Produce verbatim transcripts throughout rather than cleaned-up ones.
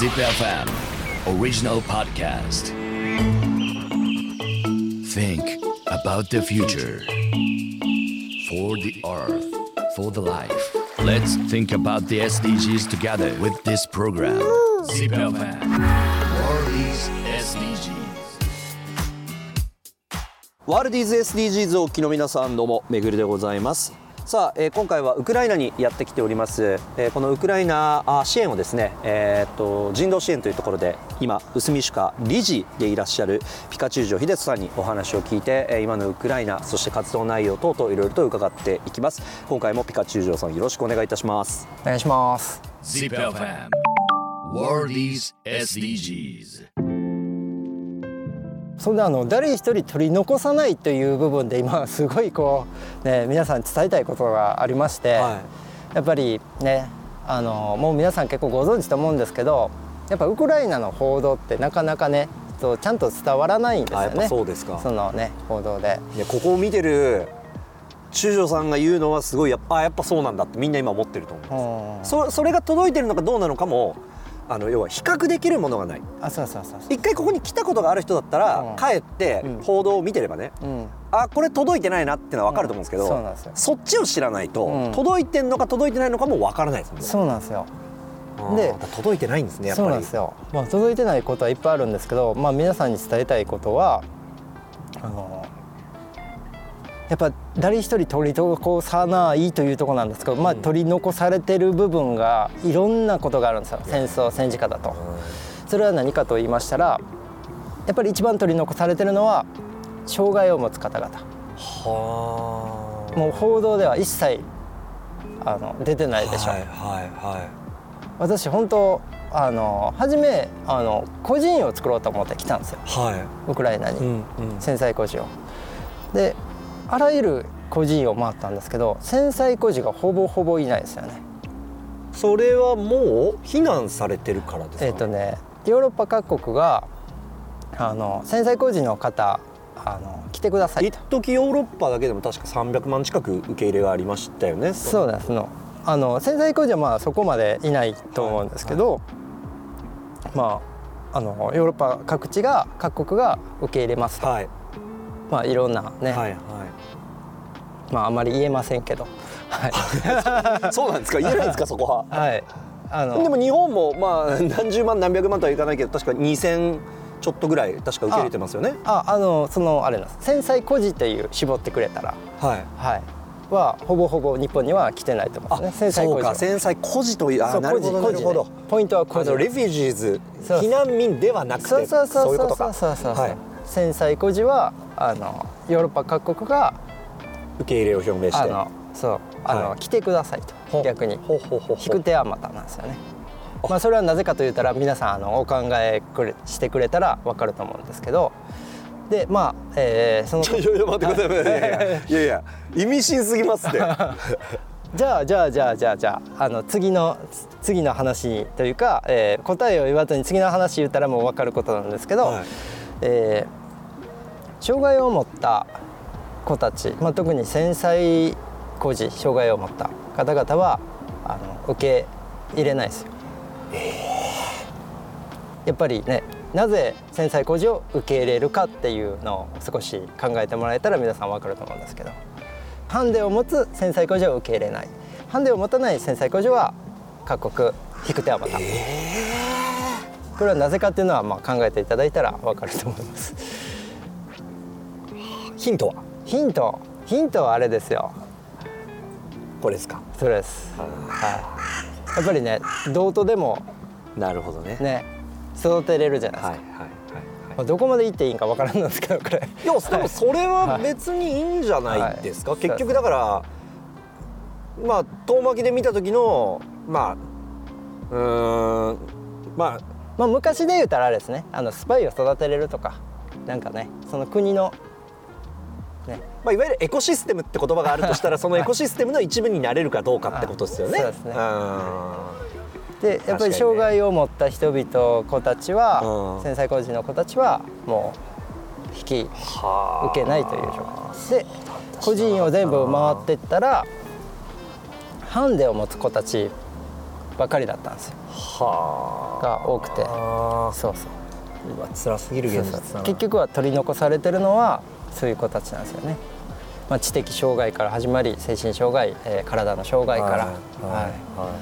Zip エフエム Original Podcast. Think about the future. For the earth, for the life. Let's think about the エスディージーズ together with this program. Zip エフエム Worldies エスディージーズ。 ワールディーズ エスディージーズ をお聞きの皆さん、どうもめぐるでございます。さあ、えー、今回はウクライナにやってきております、えー、このウクライナあ支援をですね、えー、っと人道支援というところで今ウスミシュカ理事でいらっしゃるピカチュウジョ秀人さんにお話を聞いて、えー、今のウクライナそして活動内容等々いろいろと伺っていきます。今回もピカチュウジョさんよろしくお願いいたします。 お願いします。 Zip エフエム Worldies エスディージーズ。 そんなあの誰一人取り残さないという部分で今すごいこう、ね、皆さんに伝えたいことがありまして、はい、やっぱりねあのもう皆さん結構ご存知と思うんですけど、やっぱウクライナの報道ってなかなかねちゃんと伝わらないんですよね。 あ、やっぱそうですか。 そのね報道でいやここを見てる中条さんが言うのはすごいやっぱ、あ、やっぱそうなんだってみんな今思ってると思います。そ, それが届いてるのかどうなのかもあの要は比較できるものがない。 あ、そうそうそうそう。 一回ここに来たことがある人だったら、うん、帰って報道を見てればね、うん、あ、これ届いてないなってのは分かると思うんですけど、うん、 そうなんですよ。そっちを知らないと、うん、届いてんのか届いてないのかも分からないですもんね。 そうなんですよ。 で届いてないんですねやっぱり。 そうなんですよ。まあ、届いてないことはいっぱいあるんですけど、まあ、皆さんに伝えたいことはあのやっぱ誰一人取り残さないというところなんですけど、まあ、取り残されてる部分がいろんなことがあるんですよ。戦争戦時下だと。それは何かと言いましたら、やっぱり一番取り残されてるのは障害を持つ方々。はあ。もう報道では一切あの出てないでしょ。はいはいはい。私本当あの初めあの孤児院を作ろうと思って来たんですよ。はい。ウクライナに、うんうん、戦災孤児を。であらゆる孤児院を回ったんですけど、戦災孤児がほぼほぼいないですよね。 それはもう避難されてるからですか。 えっとね、ヨーロッパ各国があの戦災孤児の方あの来てくださいと。 一時ヨーロッパだけでも確かさんびゃくまん近く受け入れがありましたよね。 そうですの。あの戦災孤児はまあそこまでいないと思うんですけど、はいはい、まああのヨーロッパ各地が各国が受け入れますと。はい、まあいろんなね。はいはい、まああまり言えませんけど、 はい、そうなんですか。言えないんですかそこは。はい。あのでも日本もまあ何十万何百万とはいかないけど確かにせんちょっとぐらい確か受け入れてますよね。 あ、あ、あのそのあれなんです。戦災孤児っていう絞ってくれたら、はいはいはほぼほぼ日本には来てないと思うんですね。戦災孤児。そうか、戦災孤児という、あ、なるほどなるほど。 ポイントは孤児。レフュージーズ、避難民ではなくて、そうそうそうそういうことか。そうそうそう。 戦災孤児はあのヨーロッパ各国が受け入れを表明して、あのそうあの、はい、来てくださいと。逆に引く手あまたなんですよね。まあそれはなぜかと言ったら皆さんあのお考えくれしてくれたら分かると思うんですけど、でまあ、えー、そのちょいちょい待ってください。いやいやいやいや意味深すぎますってじゃあじゃあじゃあじゃあじゃああの次の次の話というか、えー、答えを言わずに次の話言ったらもう分かることなんですけど、はい、えー、障害を持った子たち、まあ、特に戦災孤児障害を持った方々はあの受け入れないですよ。えー、やっぱりね、なぜ戦災孤児を受け入れるかっていうのを少し考えてもらえたら皆さん分かると思うんですけど、ハンデを持つ戦災孤児を受け入れない、ハンデを持たない戦災孤児は各国引く手あまた。えー、これはなぜかっていうのはまあ考えていただいたら分かると思います。 ヒントはヒントヒントはあれですよ。 これですか。 それです。はい。やっぱりね、どうとでもなるほどね。 ね、育てれるじゃないですか。はいはいはいはい。まあ、どこまで行っていいんかわからんのですけどこれ。 いやでもそれは別にいいんじゃないですか。はい、結局だからまあ遠巻きで見た時のまあうーんまあまあ昔で言うたらあれですね。あのスパイを育てれるとかなんかね、その国のね、まあ、いわゆるエコシステムって言葉があるとしたらそのエコシステムの一部になれるかどうかってことですよね。 そうですね。でやっぱり障害を持った人々子たちは、戦災孤児の子たちはもう引き受けないという状況で、孤児院を全部回っていったらハンデを持つ子たちばかりだったんですよ。 が多くて、そうそううわ辛すぎる現実だな。 そうそう結局は取り残されてるのはそういう子たちなんですよね。まあ、知的障害から始まり精神障害、えー、体の障害から、はいはいはい、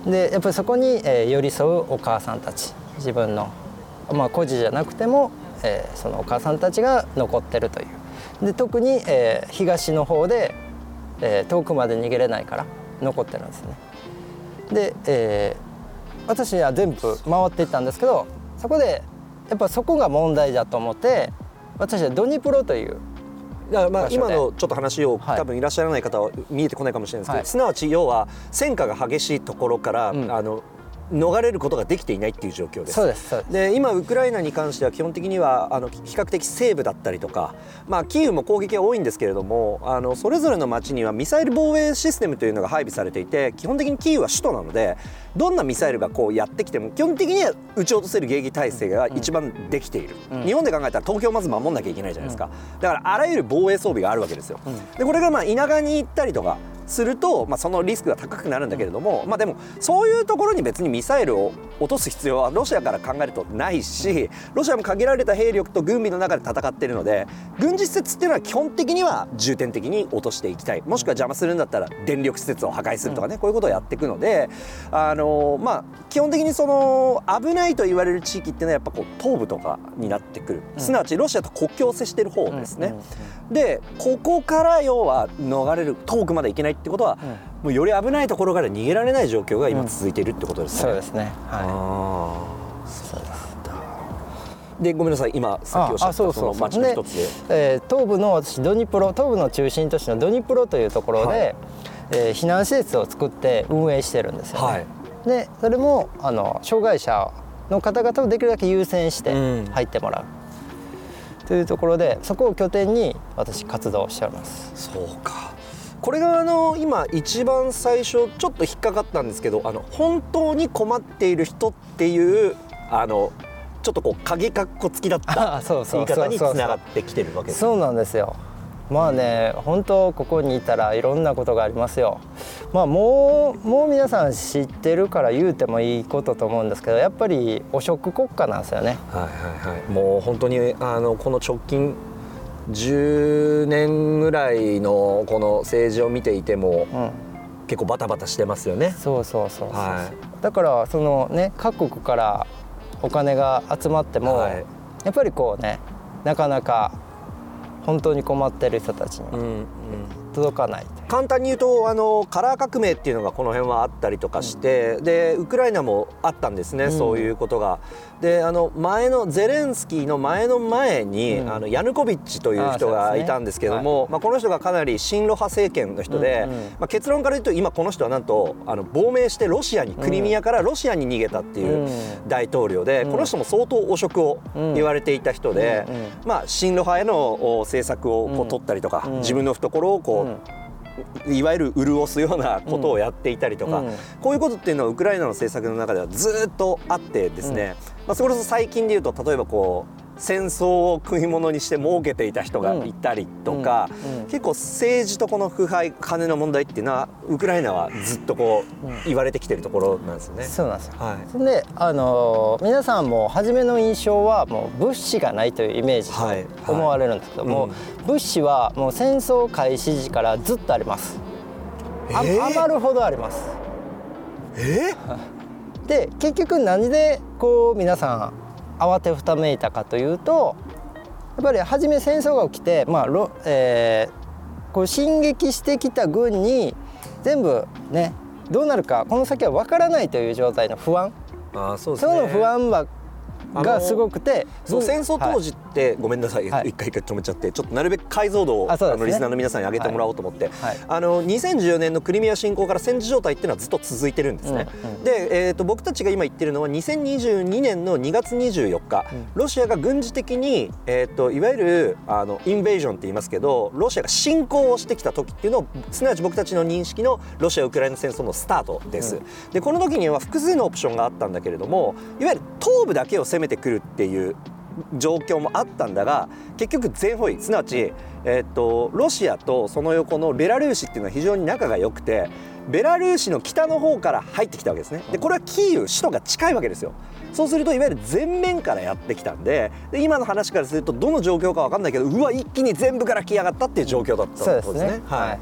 でやっぱりそこに、えー、寄り添うお母さんたち、自分の、まあ、孤児じゃなくても、えー、そのお母さんたちが残ってるという。で特に、えー、東の方で、えー、遠くまで逃げれないから残ってるんですね。で、えー、私は全部回っていったんですけど、そこでやっぱそこが問題だと思って、私はドニプロというだからまあ今のちょっと話を多分いらっしゃらない方は見えてこないかもしれないですけど、はい、すなわち要は戦火が激しいところから、うん、あの逃れることができていないっていう状況です。 そうです、そうです。 で今ウクライナに関しては基本的にはあの比較的西部だったりとか、まあ、キーウも攻撃が多いんですけれども、あのそれぞれの町にはミサイル防衛システムというのが配備されていて、基本的にキーウは首都なのでどんなミサイルがこうやってきても基本的には撃ち落とせる迎撃体制が一番できている、うん、日本で考えたら東京をまず守んなきゃいけないじゃないですか、うん、だからあらゆる防衛装備があるわけですよ、うん、でこれがまあ田舎に行ったりとかすると、まあ、そのリスクが高くなるんだけれども、まあ、でもそういうところに別にミサイルを落とす必要はロシアから考えるとないし、ロシアも限られた兵力と軍備の中で戦っているので、軍事施設っていうのは基本的には重点的に落としていきたい、もしくは邪魔するんだったら電力施設を破壊するとかね、こういうことをやっていくので、あのまあ基本的にその危ないと言われる地域っていうのはやっぱこう東部とかになってくる、すなわちロシアと国境を接している方ですね。でここから要は逃れる、遠くまで行けないってことは、うん、もうより危ないところから逃げられない状況が今続いているってことですね、 うん、そうですね、はい、あそうなんだ。でごめんなさい、今さっきおっしゃったその町の一つで、で、 えー、東部の私ドニプロ、東部の中心都市のドニプロというところで、はい、えー、避難施設を作って運営してるんですよね、はい、でそれもあの障害者の方々をできるだけ優先して入ってもらう、うんというところで、そこを拠点に私活動しております。 そうか。これがあの今一番最初ちょっと引っかかったんですけど、あの本当に困っている人っていうあのちょっとこう鍵括弧付きだった言い方につながってきてるわけです。 そうなんですよ。まあね、本当ここにいたらいろんなことがありますよ。まあもうもう皆さん知ってるから言うてもいいことと思うんですけど、やっぱり汚職国家なんですよね。 はいはいはい。もう本当にあのこの直近じゅうねんぐらいのこの政治を見ていても、うん、結構バタバタしてますよね。 そうそうそうそう、はい、だからそのね、各国からお金が集まっても、はい、やっぱりこうね、なかなか本当に困ってる人たちに届かない、うんうん、 簡単に言うとあのカラー革命っていうのがこの辺はあったりとかして、うん、でウクライナもあったんですね、うん、そういうことが。であの前のゼレンスキーの前の前に、うん、あのヤヌコビッチという人がいたんですけども、ね、はい、まあ、この人がかなり親ロ派政権の人で、うんうん、まあ、結論から言うと今この人はなんとあの亡命してロシアに、クリミアからロシアに逃げたっていう大統領で、うん、この人も相当汚職を言われていた人で、うんうんうん、まあ、親ロ派への政策をこう取ったりとか、うん、自分の懐をこう、うん、いわゆる潤すようなことをやっていたりとか、うん、こういうことっていうのはウクライナの政策の中ではずっとあってですね、うん、まあ、それこそ最近でいうと例えばこう戦争を食い物にして儲けていた人がいたりとか、うんうんうん、結構政治とこの腐敗、金の問題っていうのはウクライナはずっとこう言われてきてるところなんですよね。 そうなんですよ、はい、で、あのー、皆さんも初めの印象はもう物資がないというイメージと思われるんですけども、はいはい、うん、物資はもう戦争開始時からずっとあります、えー、余るほどあります。 えー、で結局何でこう皆さん慌てふためいたかというと、やっぱり初め戦争が起きて、まあロえー、こう進撃してきた軍に全部ね、どうなるかこの先は分からないという状態の不安、 あ、そうですね、 その不安はがすごくて、 そう、戦争当時って、はい、ごめんなさい、はい、一回一回止めちゃって、ちょっとなるべく解像度を あ、ね、あのリスナーの皆さんに上げてもらおうと思って、はい、あのにせんじゅうよねんのクリミア侵攻から戦時状態っていうのはずっと続いてるんですね、うんうん、で、えー、と僕たちが今言ってるのはにせんにじゅうにねんのにがつにじゅうよっか、うん、ロシアが軍事的に、えー、といわゆるあのインベージョンって言いますけど、ロシアが侵攻をしてきた時っていうのを、すなわち僕たちの認識のロシア・ウクライナ戦争のスタートです、うん、でこの時には複数のオプションがあったんだけれども、いわゆる東部だけを攻めてくるっていう状況もあったんだが、結局全方位、すなわち、えー、とロシアとその横のベラルーシっていうのは非常に仲が良くて、 ベラルーシの北の方から入ってきたわけですね。でこれはキーウ首都が近いわけですよ。そうするといわゆる前面からやってきたんで、で今の話からするとどの状況か分かんないけど、うわ一気に全部から来やがったっていう状況だったんですね。 そうですね。はい。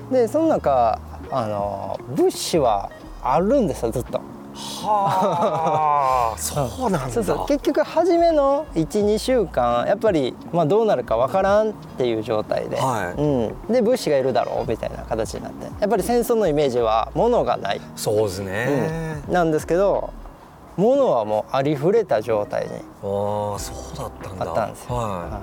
でその中あの物資はあるんですよずっと。 はあそうなんだ。 そうそう結局初めの いちにしゅうかんやっぱり、まあ、どうなるかわからんっていう状態で、 はいうん、で物資がいるだろうみたいな形になって、やっぱり戦争のイメージは物がない、 そうですね、 うん、なんですけど物はもうありふれた状態にああそうだったんだあったんですよ。 ははい、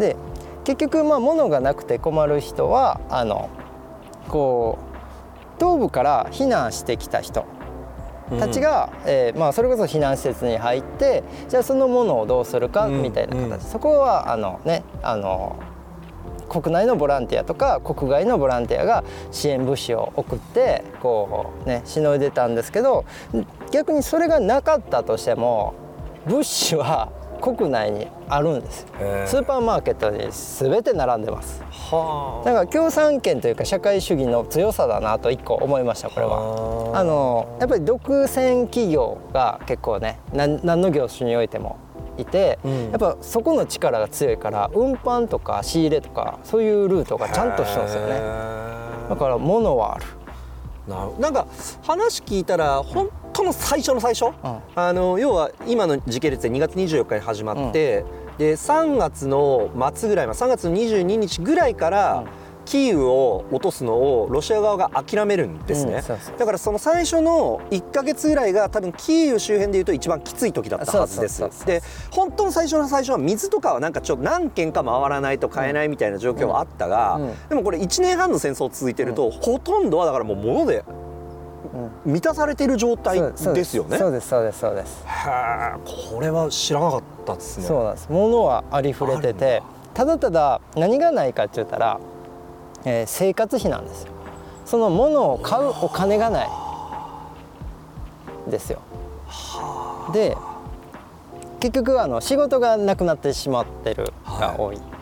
で結局まあ物がなくて困る人はあのこう東部から避難してきた人たちが、うんえーまあ、それこそ避難施設に入って、じゃあそのものをどうするかみたいな形、うんうん、そこはあの、ね、あの国内のボランティアとか国外のボランティアが支援物資を送ってこう、ね、しのいでたんですけど、逆にそれがなかったとしても物資は国内にあるんですよ。スーパーマーケットに全て並んでます。はあ、だから共産権というか社会主義の強さだなと一個思いました。これはあのやっぱり独占企業が結構ね何の業種においてもいて、うん、やっぱそこの力が強いから運搬とか仕入れとかそういうルートがちゃんとしてますよね。だから物はある。 なるなんか話聞いたら本当の最初の最初、うん、あの要は今の時系列でにがつにじゅうよっかに始まって、うん、でさんがつの末ぐらい、まあ、さんがつのにじゅうににちぐらいから、うん、キーウを落とすのをロシア側が諦めるんですね、うん、そうそうだからその最初のいっかげつぐらいが多分キーウ周辺でいうと一番きつい時だったはずです。で本当の最初の最初は水とかはなんかちょっと何軒か回らないと買えないみたいな状況はあったが、うんうん、でもこれいちねんはんの戦争続いてると、うん、ほとんどはだからもう物で満たされている状態ですよね。 そうですそうですそうです。 へえ、これは知らなかったですね。 そうなんです。物はありふれてて、ただただ何がないかって言ったら、えー、生活費なんですよ。その物を買うお金がないですよ。で結局あの仕事がなくなってしまってるが多い。はい、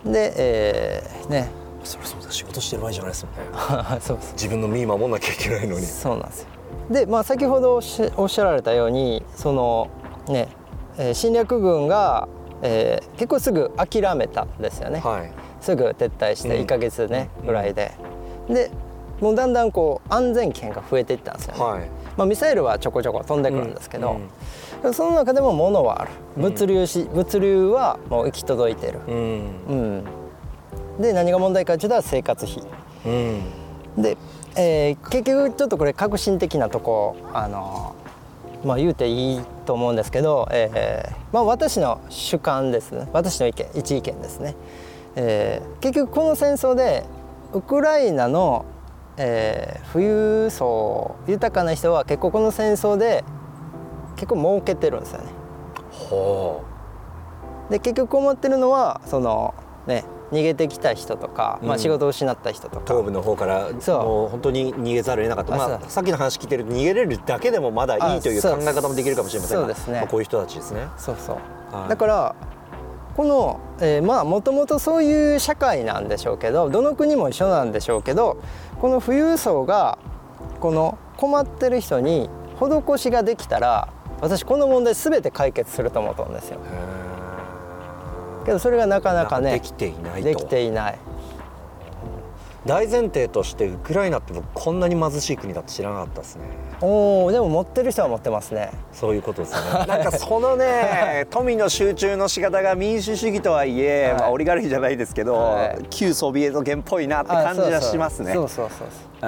で、えー、ね。 そりゃそうだ、仕事してる場合じゃないですもんね。そうです。自分の身守んなきゃいけないのに。 そうなんですよ。で、まあ、先ほどおっしゃられたようにそのね、えー、侵略軍が、えー、結構すぐ諦めたんですよね。はい、すぐ撤退していっかげつね、うん、ぐらいで、でもうだんだんこう安全圏が増えていったんですよね。はい、まあ、ミサイルはちょこちょこ飛んでくるんですけど、うんうん、その中でも物はある。物流し、うん、物流はもう行き届いてる。うんうんで何が問題かというと生活費、うん、で、えー、結局ちょっとこれ革新的なとこあの、まあ、言うていいと思うんですけど、えーまあ、私の主観ですね、私の意見一意見ですね、えー、結局この戦争でウクライナの、えー、富裕層豊かな人は結構この戦争で結構儲けてるんですよね。ほうで結局思ってるのはそのね逃げてきた人とか、まあ、仕事を失った人とか、うん、 東部の方からもう本当に逃げざるを得なかった、まあ、さっきの話聞いてると逃げれるだけでもまだいいという考え方もできるかもしれませんが、そうですね、まあ、こういう人たちですね。 そうそう、はい、だからこの、えー、まあもともとそういう社会なんでしょうけど、どの国も一緒なんでしょうけど、この富裕層がこの困ってる人に施しができたら、私この問題全て解決すると思うんですよ。けどそれがなかなかねできていないと。 できていない。 大前提としてウクライナって僕こんなに貧しい国だって知らなかったですね。 おお、でも持ってる人は持ってますね。 そういうことですね。なんかそのね富の集中の仕方が民主主義とはいえ、はい、まあ、オリガルヒじゃないですけど、はい、旧ソビエト圏っぽいなって感じはしますね。 そうそうそうそう。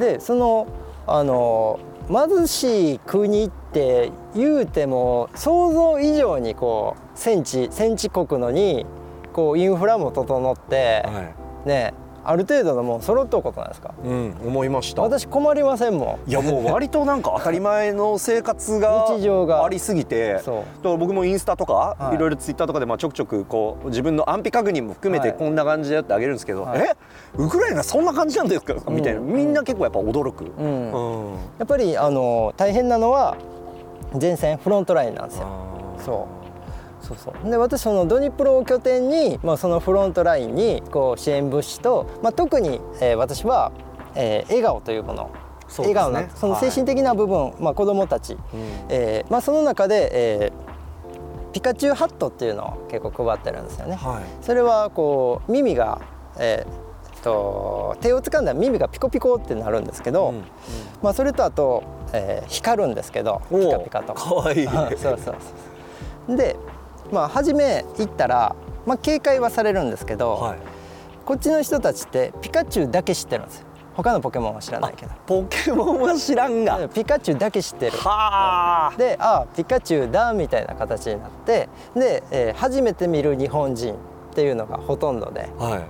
でそのあの貧しい国って言うても想像以上にこう戦地戦地国のにこうインフラも整って、はい、ね、ある程度のもう揃っとうことなんですか。 うん、思いました。 私困りませんもん。いやもう割となんか当たり前の生活が日常がありすぎて、そうだから僕もインスタとか、はい、いろいろツイッターとかでまあちょくちょくこう自分の安否確認も含めてこんな感じでやってあげるんですけど、はい、えウクライナそんな感じなんですかみたいな、うん、みんな結構やっぱ驚く、うんうん、やっぱりあの大変なのは前線フロントラインなんですよ。そうそうそうで私そのドニプロを拠点に、まあ、そのフロントラインにこう支援物資と、まあ、特に、えー、私はえー、笑顔というもの、 そうですね、 笑顔なその精神的な部分、はい、まあ、子どもたち、うん、えーまあ、その中で、えー、ピカチュウハットっていうのを結構配ってるんですよね、はい、それはこう耳が、えー、と手を掴んだら耳がピコピコってなるんですけど、うんうん、まあ、それとあと、えー、光るんですけどピカピカとかわいいそうそうそうで、まあ、初め行ったら、まあ、警戒はされるんですけど、はい、こっちの人たちってピカチュウだけ知ってるんですよ。他のポケモンは知らないけど。 ポケモンは知らんがピカチュウだけ知ってる。 はで、あピカチュウだみたいな形になって、で、えー、初めて見る日本人っていうのがほとんどで、はい、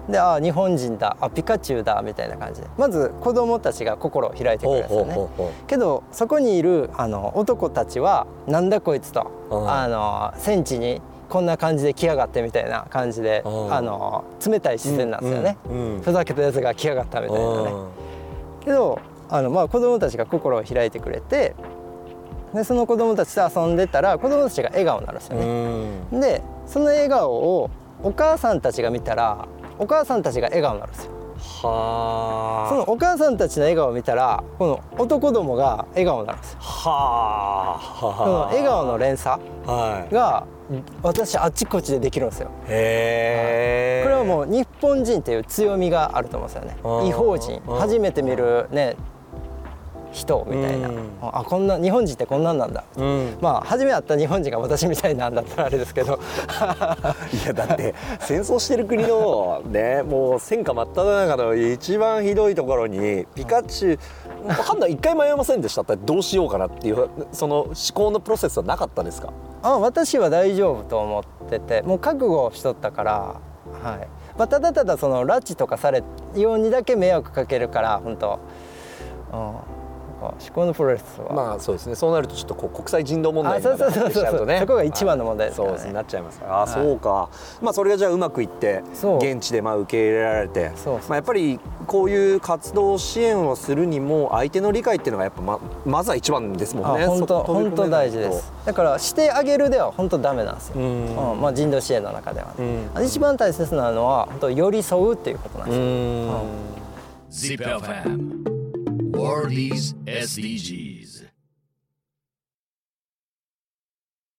で、あ日本人だ、あピカチュウだみたいな感じで、まず子供たちが心を開いてくれるんですよね。ほうほうほうほう。けどそこにいるあの男たちはなんだこいつと、あの戦地にこんな感じで来やがってみたいな感じで、あの冷たい視線なんですよね、うんうん、ふざけたやつが来やがったみたいなね。けどあの、まあ、子供たちが心を開いてくれて、でその子供たちと遊んでたら子供たちが笑顔になるんですよね。でその笑顔をお母さんたちが見たらお母さんたちが笑顔になるんですよ。はそのお母さんたちの笑顔を見たらこの男どもが笑顔になるんですよ。はこの笑顔の連鎖が私あっちこっちでできるんですよ。へー。これはもう日本人っていう強みがあると思うんですよね。異邦人初めて見るね人みたいな、あこんな日本人ってこんなんなんだ、うん、まあ初め会った日本人が私みたいなんだったらあれですけどいやだって戦争してる国のねもう戦火真っ只中の一番ひどいところにピカチュウ分かんない一回迷いませんでしたってどうしようかなっていうその思考のプロセスはなかったですか？ あ私は大丈夫と思っててもう覚悟をしとったから、はいまあ、ただただその拉致とかされるようにだけ迷惑かけるから本当、うん思考のプロセスはまあそうですね。そうなるとちょっとこう国際人道問題になってきちゃうとね、そこが一番の問題ですからね。 そうですね、なっちゃいますから。あ、はい、そうか。まあそれがじゃあうまくいって現地でまあ受け入れられて、そうまあやっぱりこういう活動支援をするにも相手の理解っていうのがやっぱ ま, まずは一番ですもんね。 本当本当大事です。だからしてあげるでは本当ダメなんですよ。うんうん、まあ人道支援の中では、ね、うん、一番大切なのは本当寄り添うっていうことなんですよ。うん、Zip エフエム World is エスディージーズ